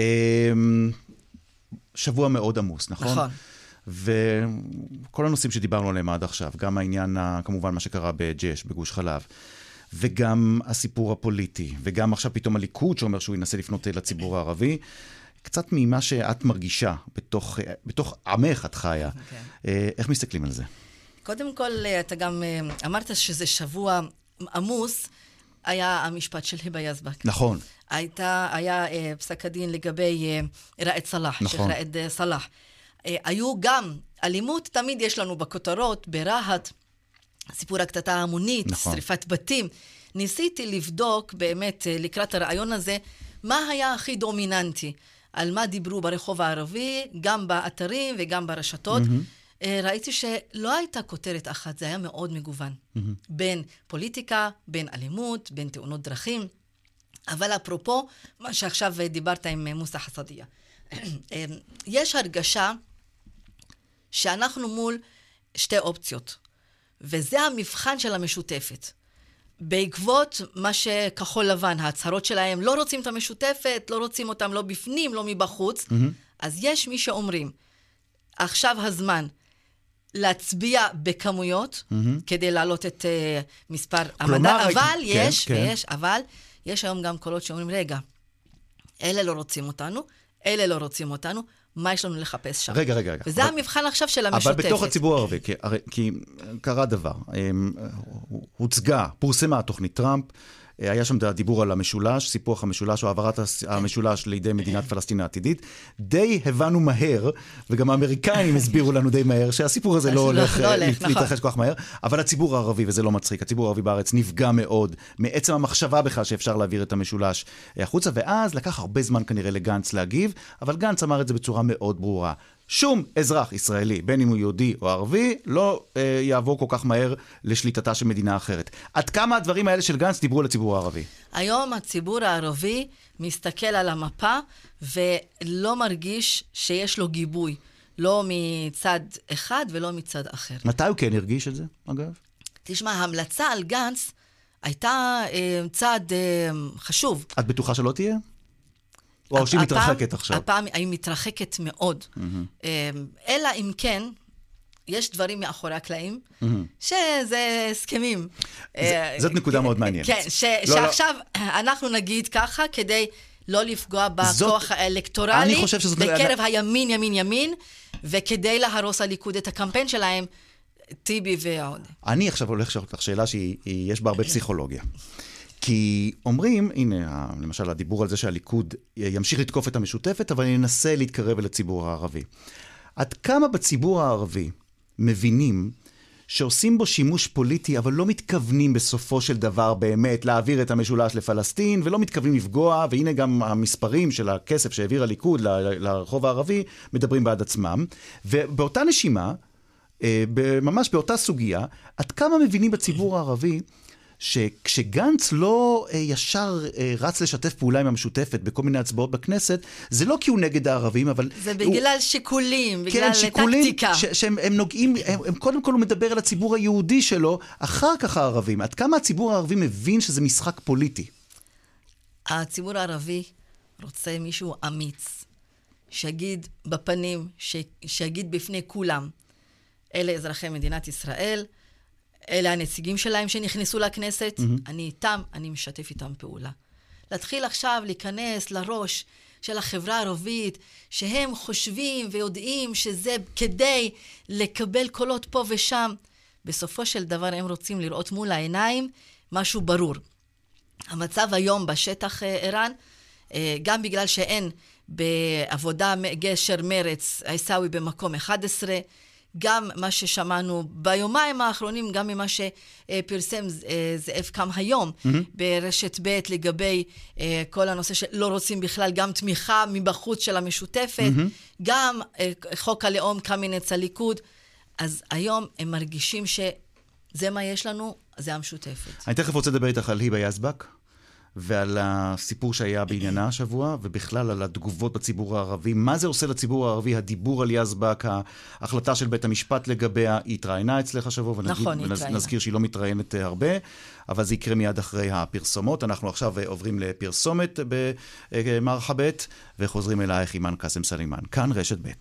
שבוע מאוד עמוס, נכון? נכון. וכל הנושאים שדיברנו עליהם עד עכשיו, גם העניין, כמובן מה שקרה בג'ש, בגוש חלב, וגם הסיפור הפוליטי, וגם עכשיו פתאום הליכוד שאומר שהוא ינסה לפנות לציבור הערבי, קצת ממה שאת מרגישה בתוך עמך את חיה. איך מסתכלים על זה? קודם כל, אתה גם אמרת שזה שבוע עמוס, היה המשפט של היבה יזבק. נכון. היה פסק הדין לגבי ראאד סלאח, נכון. שייח ראאד סלאח. היו גם אלימות, תמיד יש לנו בכותרות, ברהט, סיפור הקטטה המונית, נכון. שריפת בתים. ניסיתי לבדוק באמת לקראת הרעיון הזה, מה היה הכי דומיננטי, על מה דיברו ברחוב הערבי, גם באתרים וגם ברשתות. ראיתי שלא הייתה כותרת אחת, זה היה מאוד מגוון. בין פוליטיקה, בין אלימות, בין תאונות דרכים. אבל אפרופו, מה שעכשיו דיברת עם מוסא חסדיה. יש הרגשה שאנחנו מול שתי אופציות, וזה המבחן של המשותפת. בעקבות מה שכחול לבן, ההצהרות שלהם, לא רוצים את המשותפת, לא רוצים אותם לא בפנים, לא מבחוץ, אז יש מי שאומרים, עכשיו הזמן להצביע בכמויות, כדי להעלות את מספר המדע, אבל יש היום גם קולות שאומרים, רגע, אלה לא רוצים אותנו, אלה לא רוצים אותנו, מה יש לנו לחפש שם? רגע. וזה המבחן עכשיו של המשותפת. אבל בתוך הציבור הערבי, כי קרה דבר, פורסמה תוכנית טראמפ, היה שם דיבור על המשולש, סיפוח המשולש או העברת המשולש לידי מדינת פלסטין העתידית. די הבנו מהר, וגם האמריקאים הסבירו לנו די מהר, שהסיפור הזה לא הולך להתרחש כל כך מהר, אבל הציבור הערבי, וזה לא מצחיק, הציבור הערבי בארץ נפגע מאוד, מעצם המחשבה בכלל שאפשר להעביר את המשולש החוצה, ואז לקח הרבה זמן כנראה לגנץ להגיב, אבל גנץ אמר את זה בצורה מאוד ברורה. שום אזרח ישראלי, בין אם הוא יהודי או ערבי, לא יעבור כל כך מהר לשליטתה של מדינה אחרת. עד כמה הדברים האלה של גנץ דיברו לציבור הערבי? היום הציבור הערבי מסתכל על המפה ולא מרגיש שיש לו גיבוי, לא מצד אחד ולא מצד אחר. מתי הוא כן הרגיש את זה, אגב? תשמע, ההמלצה על גנץ הייתה צעד חשוב. את בטוחה שלא תהיה? או שהיא מתרחקת עכשיו? הפעם היא מתרחקת מאוד. אלא אם כן, יש דברים מאחורי הקלעים, שזה הסכמים. זאת נקודה מאוד מעניינת. כן, שעכשיו אנחנו נגיד ככה, כדי לא לפגוע בכוח האלקטורלי, בקרב הימין, ימין, וכדי להרוס הליכוד את הקמפיין שלהם, טיבי ועוד. אני עכשיו הולך לשאול אותך שאלה שיש בה הרבה פסיכולוגיה. כי אומרים, הנה, למשל, הדיבור על זה שהליכוד ימשיך לתקוף את המשותפת, אבל ינסה להתקרב אל הציבור הערבי. עד כמה בציבור הערבי מבינים שעושים בו שימוש פוליטי, אבל לא מתכוונים בסופו של דבר באמת להעביר את המשולש לפלסטין, ולא מתכוונים לפגוע, והנה גם המספרים של הכסף שהעביר הליכוד לרחוב הערבי, מדברים בעד עצמם. ובאותה נשימה, ממש באותה סוגיה, עד כמה מבינים בציבור הערבי, שכשגנץ לא ישר רץ לשתף פעולה עם המשותפת בכל מיני הצבעות בכנסת, זה לא כי הוא נגד הערבים, אבל... זה בגלל שיקולים, בגלל טקטיקה. שהם נוגעים, הם קודם כל הוא מדבר על הציבור היהודי שלו, אחר כך הערבים. עד כמה הציבור הערבי מבין שזה משחק פוליטי? הציבור הערבי רוצה מישהו אמיץ, שיגיד בפנים, שיגיד בפני כולם, אלה אזרחי מדינת ישראל, אלה הנציגים שלהם שנכנסו לכנסת, אני איתם, אני משתף איתם פעולה. להתחיל עכשיו להיכנס לראש של החברה הערבית, שהם חושבים ויודעים שזה כדי לקבל קולות פה ושם. בסופו של דבר הם רוצים לראות מול העיניים משהו ברור. המצב היום בשטח ערן, גם בגלל שאין בעבודה גשר מרץ, עיסאווי במקום 11, גם מה ששמענו ביומיים האחרונים, גם ממה שפרסם זאב קם היום ברשת ב' לגבי כל הנושא שלא רוצים בכלל גם תמיכה מבחוץ של המשותפת, גם חוק הלאום קמיניץ הליכוד, אז היום הם מרגישים שזה מה יש לנו, זה המשותפת. אני תכף רוצה לדבר איתך על היבה יזבק, ועל הסיפור שהיה בעניינה השבוע, ובכלל על התגובות בציבור הערבי. מה זה עושה לציבור הערבי, הדיבור על יזבק, ההחלטה של בית המשפט לגביה, היא התראיינה אצלך השבוע, ונזכיר שהיא לא מתראיינת הרבה, אבל זה יקרה מיד אחרי הפרסומות. אנחנו עכשיו עוברים לפרסומת במרחבת, וחוזרים אלייך אימאן קאסם סלימאן. כאן רשת ב'.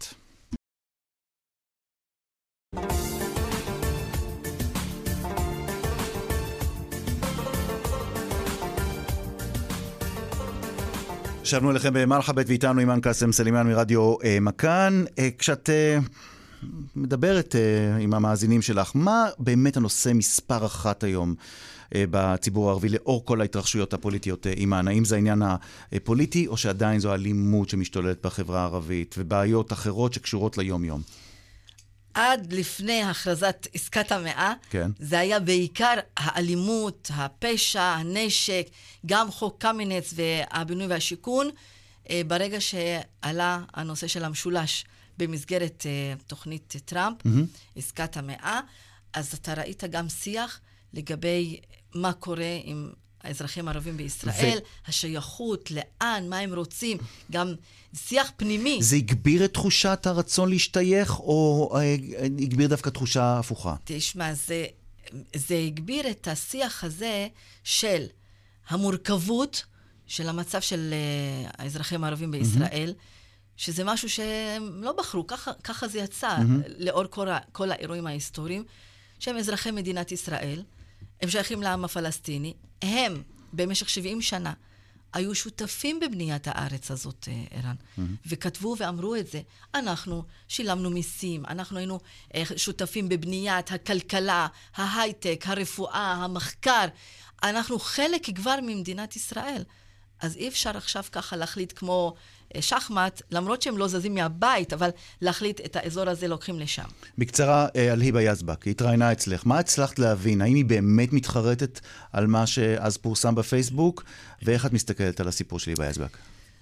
שבנו אליכם במרחבת ואיתנו אימאן קאסם סלימאן מרדיו מכאן. כשאת מדברת עם המאזינים שלך, מה באמת הנושא מספר אחת היום בציבור הערבי לאור כל ההתרחשויות הפוליטיות, אימאן? האם זה העניין הפוליטי או שעדיין זו אלימות שמשתוללת בחברה הערבית ובעיות אחרות שקשורות ליום יום? עד לפני הכרזת עסקת המאה, כן. זה היה בעיקר האלימות, הפשע, הנשק, גם חוק קמיניץ והבינוי והשיכון, ברגע שעלה הנושא של המשולש במסגרת תוכנית טראמפ, עסקת המאה, אז אתה ראית גם שיח לגבי מה קורה עם האזרחים הערבים בישראל, השייכות, לאן, מה הם רוצים, גם שיח פנימי. זה הגביר את תחושת הרצון להשתייך, או הגביר דווקא תחושה הפוכה? תשמע, זה הגביר את השיח הזה של המורכבות של המצב של האזרחים הערבים בישראל, שזה משהו שהם לא בחרו, ככה זה יצא לאור כל האירועים ההיסטוריים, שהם אזרחי מדינת ישראל, הם שייכים לעם הפלסטיני, הם במשך 70 שנה היו שותפים בבניית הארץ הזאת, ערן, וכתבו ואמרו את זה. אנחנו שילמנו מיסים, אנחנו היינו שותפים בבניית הכלכלה, ההייטק, הרפואה, המחקר, אנחנו חלק כבר ממדינת ישראל. אז אי אפשר עכשיו ככה להחליט כמו שחמט, למרות שהם לא זזים מהבית, אבל להחליט את האזור הזה לוקחים לשם. בקצרה, על היבה יזבק, היא התראיינה אצלך. מה הצלחת להבין? האם היא באמת מתחרטת על מה שאז פורסם בפייסבוק? ואיך את מסתכלת על הסיפור של היבה יזבק?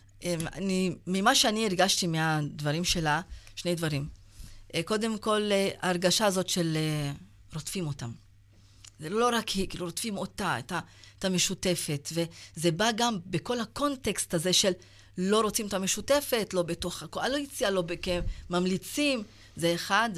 ממה שאני הרגשתי מהדברים שלה, שני דברים. קודם כל, ההרגשה הזאת של רודפים אותם. זה לא רק היא, כאילו רודפים אותה, את המשותפת, וזה בא גם בכל הקונטקסט הזה של לא רוצים את המשותפת, לא בתוך הקואליציה, לא כממליצים, זה אחד.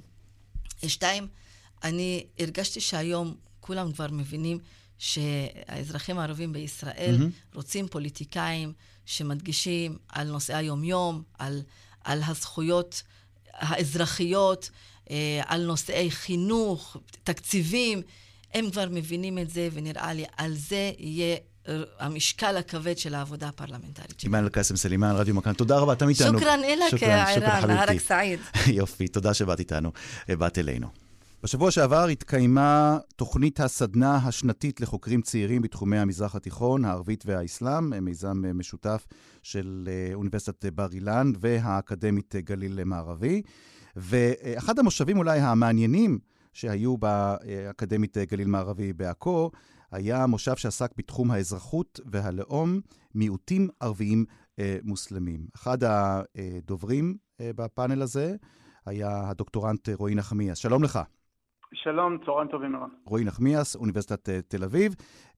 ושתיים, אני הרגשתי שהיום כולם כבר מבינים שהאזרחים הערבים בישראל רוצים פוליטיקאים שמדגישים על נושאי היום-יום, על הזכויות האזרחיות, על נושאי חינוך, תקציבים, הם כבר מבינים את זה, ונראה לי על זה יהיה המשקל הכבד של העבודה הפרלמנטרית. אימאן אל-קאסם סלימאן, רדיו מכאן, תודה רבה, אתה איתנו. שוקרן אלך, ערן, נהרק סעיד. יופי, תודה שבאת איתנו, באת אלינו. בשבוע שעבר התקיימה תוכנית הסדנה השנתית לחוקרים צעירים בתחומי המזרח התיכון, הערבית והאסלאם, מיזם משותף של אוניברסיטת בר אילן והאקדמית גליל מערבי. ואחד המושבים אולי המעניינים שהיו באקדמית גליל מערבי בעכו, היה מושב שעסק בתחום האזרחות והלאום, מיעוטים ערביים מוסלמים. אחד הדוברים בפאנל הזה היה הדוקטורנט רועי נחמיאס. שלום לך. שלום, צהריים טובים מאוד. רועי נחמיאס, אוניברסיטת תל אביב,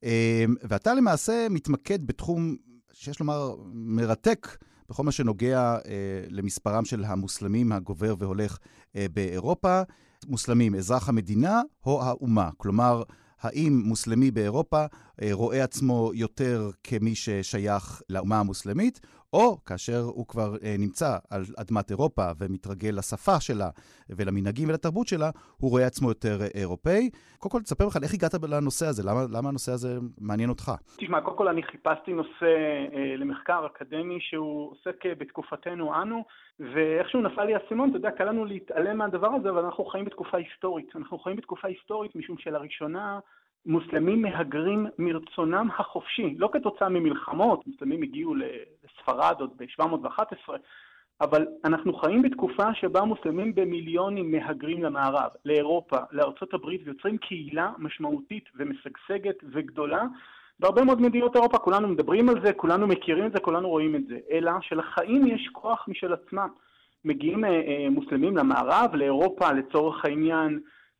ואתה למעשה מתמקד בתחום שיש לומר מרתק, בכל מה שנוגע למספרם של המוסלמים הגובר והולך באירופה. מוסלמים, אזרח המדינה או האומה? כלומר, האם מוסלמי באירופה רואה עצמו יותר כמי ששייך לאומה המוסלמית, או כאשר הוא כבר נמצא על אדמת אירופה ומתרגל לשפה שלה ולמנהגים ולתרבות שלה, הוא רואה עצמו יותר אירופאי. קודם כל, תספר לך, איך הגעת לנושא הזה? למה הנושא הזה מעניין אותך? תשמע, קודם כל אני חיפשתי נושא למחקר אקדמי שהוא עוסק בתקופתנו אנו, ואיכשהו נפל לי הסימון, אתה יודע, קל לנו להתעלם מהדבר הזה, אבל אנחנו חיים בתקופה היסטורית. אנחנו חיים בתקופה היסטורית משום שלראשונה מוסלמים מהגרים מרצונם החופשי, לא כתוצאה ממלחמות, מוסלמים הגיעו לספרד עוד ב-711, אבל אנחנו חיים בתקופה שבה מוסלמים במיליונים מהגרים למערב, לאירופה, לארצות הברית, ויוצרים קהילה משמעותית ומשגשגת וגדולה, בהרבה מאוד מדינות אירופה, כולנו מדברים על זה, כולנו מכירים את זה, כולנו רואים את זה, אלא שלחיים יש כוח משל עצמם. מגיעים מוסלמים למערב, לאירופה לצורך העניין,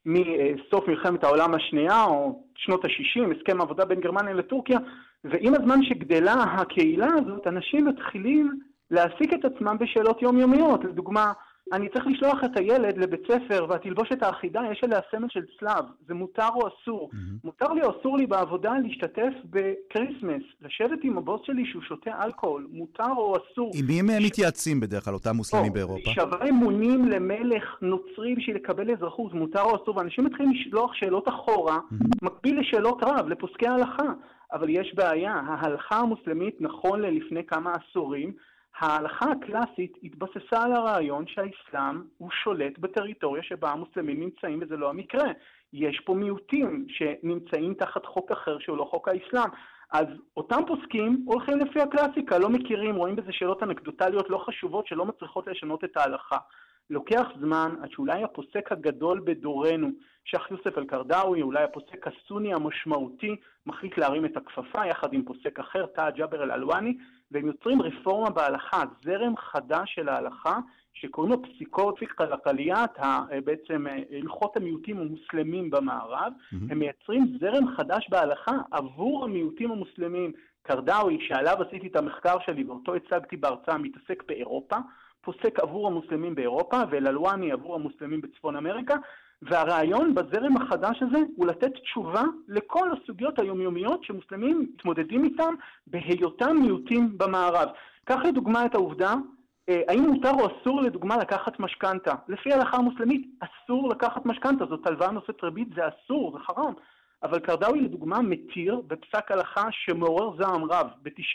מסוף מלחמת העולם השנייה או שנות ה-60, הסכם עבודה בין גרמניה לטורקיה, ועם הזמן שגדלה הקהילה הזאת, אנשים מתחילים להעסיק את עצמם בשאלות יומיומיות. לדוגמה, אני צריך לשלוח את הילד לבית ספר, והתלבושת האחידה יש עליה סמל של צלב. זה מותר או אסור? מותר לי או אסור לי בעבודה להשתתף בקריסמס, לשבת עם הבוס שלי שהוא שותה אלכוהול, מותר או אסור? עם מי הם מתייעצים בדרך כלל, אותם מוסלמים באירופה? שווה אמונים למלך נוצרי בשביל לקבל אזרחות, מותר או אסור? ואנשים מתחילים לשלוח שאלות אחורה, מקביל לשאלות רב, לפוסקי ההלכה. אבל יש בעיה, ההלכה המוסלמית נכון ללפני כמה עשורים, ההלכה הקלאסית התבססה על הרעיון שהאסלאם הוא שולט בטריטוריה שבה המוסלמים נמצאים, וזה לא המקרה. יש פה מיעוטים שנמצאים תחת חוק אחר שהוא לא חוק האסלאם. אז אותם פוסקים הולכים לפי הקלאסיקה, לא מכירים, רואים בזה שאלות אנקדוטליות לא חשובות שלא מצריכות לשנות את ההלכה. לוקח זמן עד שאולי הפוסק הגדול בדורנו, שייח יוסף אל-קרדאווי, אולי הפוסק הסוני המשמעותי, מחליט להרים את הכפפה יחד עם פוסק אחר, טאה ג'אבר אל-אלואני, והם יוצרים רפורמה בהלכה, זרם חדש של ההלכה, שקוראים לו פסיקות קלקליית, בעצם הלכות המיעוטים המוסלמים במערב. הם מייצרים זרם חדש בהלכה עבור המיעוטים המוסלמים. קרדאווי, שעליו עשיתי את המחקר שלי ואותו הצגתי בהרצאה, מתעסק באירופה, פוסק עבור המוסלמים באירופה, ואל-אלואני עבור המוסלמים בצפון אמריקה, והרעיון בזרם החדש הזה הוא לתת תשובה לכל הסוגיות היומיומיות שמוסלמים מתמודדים איתם בהיותם מיעוטים במערב. קח לדוגמה את העובדה, האם מותר או אסור לדוגמה לקחת משכנתה? לפי ההלכה המוסלמית אסור לקחת משכנתה, זאת הלוואה נושאת ריבית, זה אסור, זה חרם. אבל קרדאווי לדוגמה מתיר בפסק הלכה שמעורר זעם רב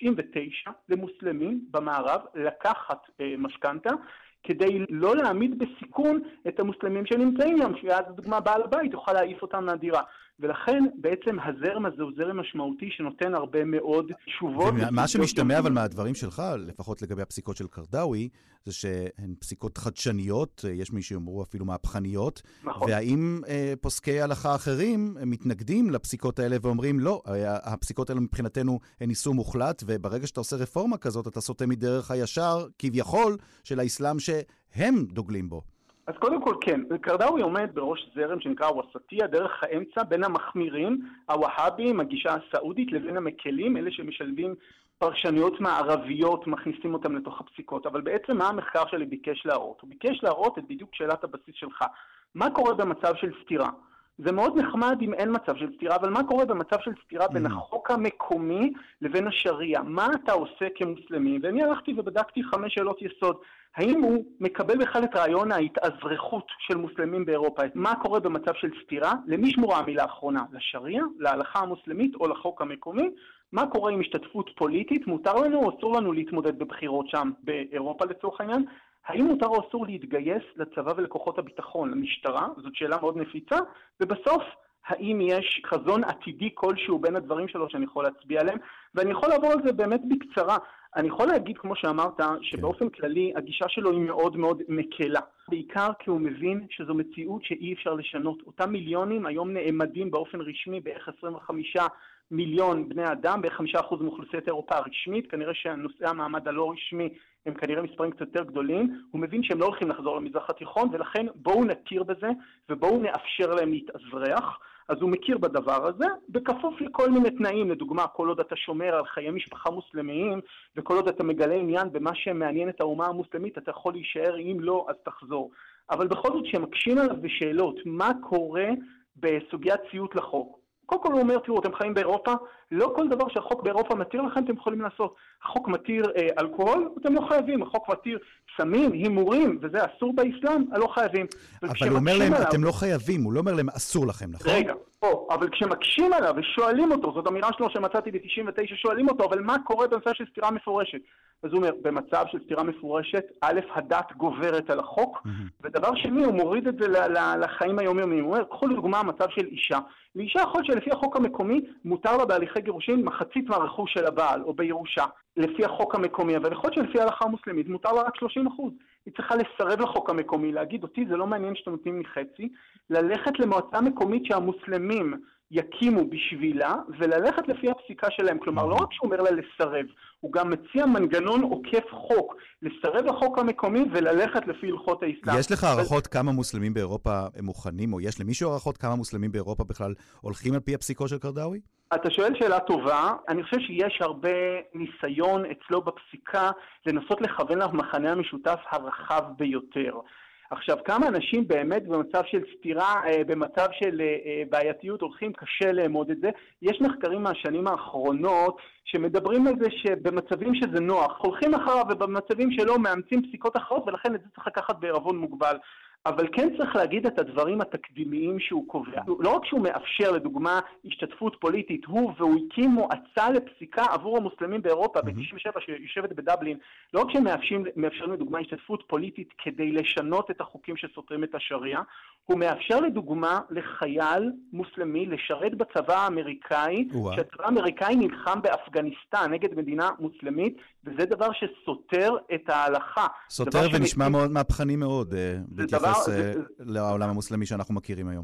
ב-99 למוסלמים במערב לקחת משכנתה, כדי לא להעמיד בסיכון את המוסלמים שנמצאים שם, שאז לדוגמה בעל הבית יוכל להעיף אותם מהדירה. ולכן בעצם הזרם הזה הוא זרם משמעותי שנותן הרבה מאוד תשובות. מה שמשתמע אבל מהדברים שלך, לפחות לגבי הפסיקות של קרדאווי, זה שהן פסיקות חדשניות, יש מי שאומרו אפילו מהפכניות, נכון. והאם פוסקי הלכה אחרים מתנגדים לפסיקות האלה ואומרים לא, הפסיקות האלה מבחינתנו הן איסור מוחלט, וברגע שאתה עושה רפורמה כזאת אתה סוטה מדרך הישר כביכול של האסלאם שהם דוגלים בו. אז קודם כל כן, קרדאווי עומד בראש זרם שנקרא ווסטיה, דרך האמצע בין המחמירים, הווהאבים, הגישה הסעודית, לבין המקלים, אלה שמשלבים פרשניות מערביות, מכניסים אותם לתוך הפסיקות. אבל בעצם מה המחקר שלי ביקש להראות? הוא ביקש להראות את בדיוק שאלת הבסיס שלך. מה קורה במצב של סתירה? זה מאוד נחמד אם אין מצב של סתירה, אבל מה קורה במצב של סתירה בין החוק המקומי לבין השריעה? מה אתה עושה כמוסלמי? ואני הלכתי ובדקתי 5 שאלות יסוד. האם הוא מקבל בכלל את רעיון ההתאזרחות של מוסלמים באירופה? מה קורה במצב של סתירה? למי שמורה המילה האחרונה? לשריעה, להלכה המוסלמית או לחוק המקומי? מה קורה עם השתתפות פוליטית? מותר לנו או אסור לנו להתמודד בבחירות שם באירופה לצורך העניין? האם מותר או אסור להתגייס לצבא ולכוחות הביטחון, למשטרה? זאת שאלה מאוד נפיצה. ובסוף, האם יש חזון עתידי כלשהו בין הדברים שלו שאני יכול להצביע עליהם? ואני יכול לעבור על זה באמת בקצרה. אני יכול להגיד, כמו שאמרת, שבאופן כללי הגישה שלו היא מאוד מאוד מקלה. בעיקר כי הוא מבין שזו מציאות שאי אפשר לשנות. אותם מיליונים היום נעמדים באופן רשמי בערך 25 מיליון בני אדם, בערך 5% מאוכלוסיית אירופה הרשמית. כנראה שנושאי המעמד הלא רשמי הם כנראה מספרים קצת יותר גדולים. הוא מבין שהם לא הולכים לחזור למזרח התיכון, ולכן בואו נכיר בזה ובואו נאפשר להם להתאזרח. אז הוא מכיר בדבר הזה, בכפוף לכל מיני תנאים, לדוגמה, כל עוד אתה שומר על חיי משפחה מוסלמיים, וכל עוד אתה מגלה עניין במה שמעניין את האומה המוסלמית, אתה יכול להישאר, אם לא, אז תחזור. אבל בכל זאת שמקשים עליו בשאלות, מה קורה בסוגיית ציות לחוק? קודם כל הוא אומר, תראו, אתם חיים באירופה, לא כל דבר שהחוק באירופה מתיר לכם, אתם יכולים לעשות. החוק מתיר אלכוהול, אתם לא חייבים. החוק מתיר סמים, הימורים, וזה אסור באסלאם, לא חייבים. אבל הוא אומר להם, אתם לא חייבים, הוא לא אומר להם, אסור לכם, נכון? רגע, אבל כשמקשים עליו ושואלים אותו, זאת אמירה שלו שמצאתי ב-99, שואלים אותו, אבל מה קורה במצב של סתירה מפורשת? אז הוא אומר, במצב של סתירה מפורשת, א', הדת גוברת על החוק, ודבר שני, הוא מוריד את זה לחיים היומיומיים. הוא אומר, קחו לדוגמה מצב של אישה. לאישה יכול שלפי החוק המקומי, מותר לה בהליכי גירושין מחצית מהרכוש של הבעל, או בירושה, לפי החוק המקומי, אבל יכול שלפי ההלכה המוסלמית, מותר לה רק 30%. היא צריכה לסרב לחוק המקומי, להגיד, אותי זה לא מעניין שאתם נותנים לי חצי, ללכת למועצה מקומית שהמוסלמים יקימו בשבילה, וללכת לפי הפסיקה שלהם. כלומר, לא רק שהוא אומר לה לסרב, הוא גם מציע מנגנון עוקף חוק, לסרב לחוק המקומי וללכת לפי הלכות האסלאם. יש לך הערכות כמה מוסלמים באירופה הם מוכנים, או יש למישהו הערכות כמה מוסלמים באירופה בכלל הולכים על פי הפסיקו של קרדאווי? אתה שואל שאלה טובה. אני חושב שיש הרבה ניסיון אצלו בפסיקה לנסות לכוון למחנה המשותף הרחב ביותר. עכשיו, כמה אנשים באמת במצב של סתירה, במצב של בעייתיות הולכים, קשה לאמוד את זה. יש מחקרים מהשנים האחרונות שמדברים על זה שבמצבים שזה נוח, הולכים אחריו, ובמצבים שלא מאמצים פסיקות אחרות, ולכן את זה צריך לקחת בערבון מוגבל. אבל כן צריך להגיד את הדברים התקדימיים שהוא קובע. לא רק שהוא מאפשר לדוגמה השתתפות פוליטית, והוא הקים מועצה לפסיקה עבור המוסלמים באירופה ב-97 שיושבת בדבלין, לא רק שמאפשרים לדוגמה השתתפות פוליטית כדי לשנות את החוקים שסותרים את השריעה, הוא מאפשר לדוגמה לחייל מוסלמי לשרת בצבא האמריקאי, שהצבא האמריקאי נלחם באפגניסטן נגד מדינה מוסלמית, וזה דבר שסותר את ההלכה. סותר ונשמע מאוד מהפכני מאוד, להתייחס לעולם המוסלמי שאנחנו מכירים היום.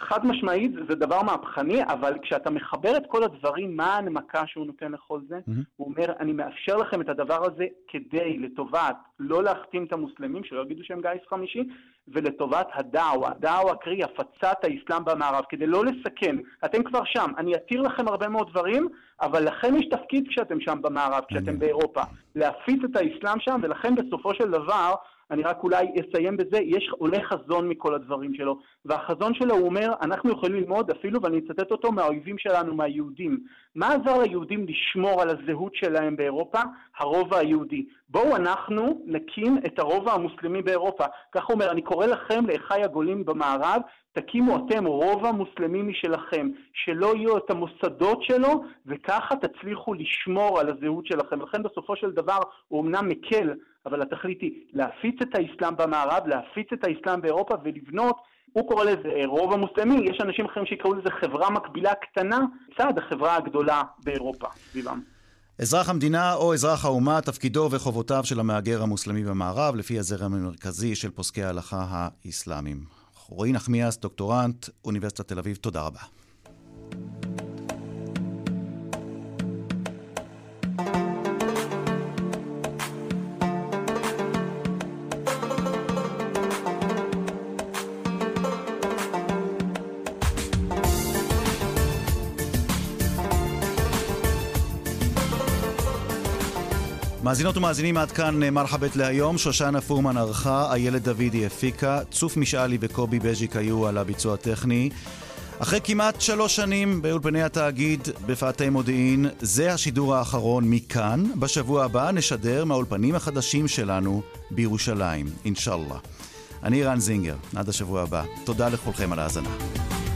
חד משמעית זה דבר מהפכני, אבל כשאתה מחבר את כל הדברים, מה ההנמקה שהוא נותן לכל זה? הוא אומר, אני מאפשר לכם את הדבר הזה כדי, לטובת, לא להחתים את המוסלמים, שלא יגידו שהם גיס חמישי, ולטובת הדעווה קרי, הפצת האסלאם במערב, כדי לא לסכן. אתם כבר שם, אני אתיר לכם הרבה מאוד דברים, אבל לכם יש תפקיד כשאתם שם במערב, כשאתם באירופה, להפיץ את האסלאם שם, ולכן בסופו של דבר, אני רק אולי אסיים בזה, עולה חזון מכל הדברים שלו, והחזון שלו הוא אומר, אנחנו יכולים ללמוד אפילו, ואני אצטט אותו מהאויבים שלנו, מהיהודים. מה עזר ליהודים לשמור על הזהות שלהם באירופה? הרובע היהודי. בואו אנחנו נקים את הרובע המוסלמי באירופה. כך הוא אומר, אני קורא לכם, לאחי הגולים במערב, תקימו אתם רובע מוסלמי משלכם, שלא יהיו את המוסדות שלו, וככה תצליחו לשמור על הזהות שלכם. לכן בסופו של דבר הוא אמנם מקל, אבל התכלית היא להפיץ את האסלאם במערב, להפיץ את האסלאם באירופה ולבנות, הוא קורא לזה רובע מוסלמי, יש אנשים אחרים שיקראו לזה חברה מקבילה קטנה, צעד החברה הגדולה באירופה, סביבם. אזרח המדינה או אזרח האומה, תפקידו וחובותיו של המהגר המוסלמי במערב, לפי הזרם המרכזי של פוסקי ההלכה האסלאמיים. רועי נחמיאס, דוקטורנט, אוניברסיטת תל אביב, תודה רבה. מאזינות ומאזינים, עד כאן מרחבת להיום. שושנה פורמן ערכה, איילת דוידי הפיקה, צוף משאלי וקובי בז'יק היו על הביצוע הטכני. אחרי כמעט 3 שנים באולפני התאגיד בפאתי מודיעין, זה השידור האחרון מכאן. בשבוע הבא נשדר מהאולפנים החדשים שלנו בירושלים, אינשאללה. אני רן זינגר, עד השבוע הבא. תודה לכולכם על ההאזנה.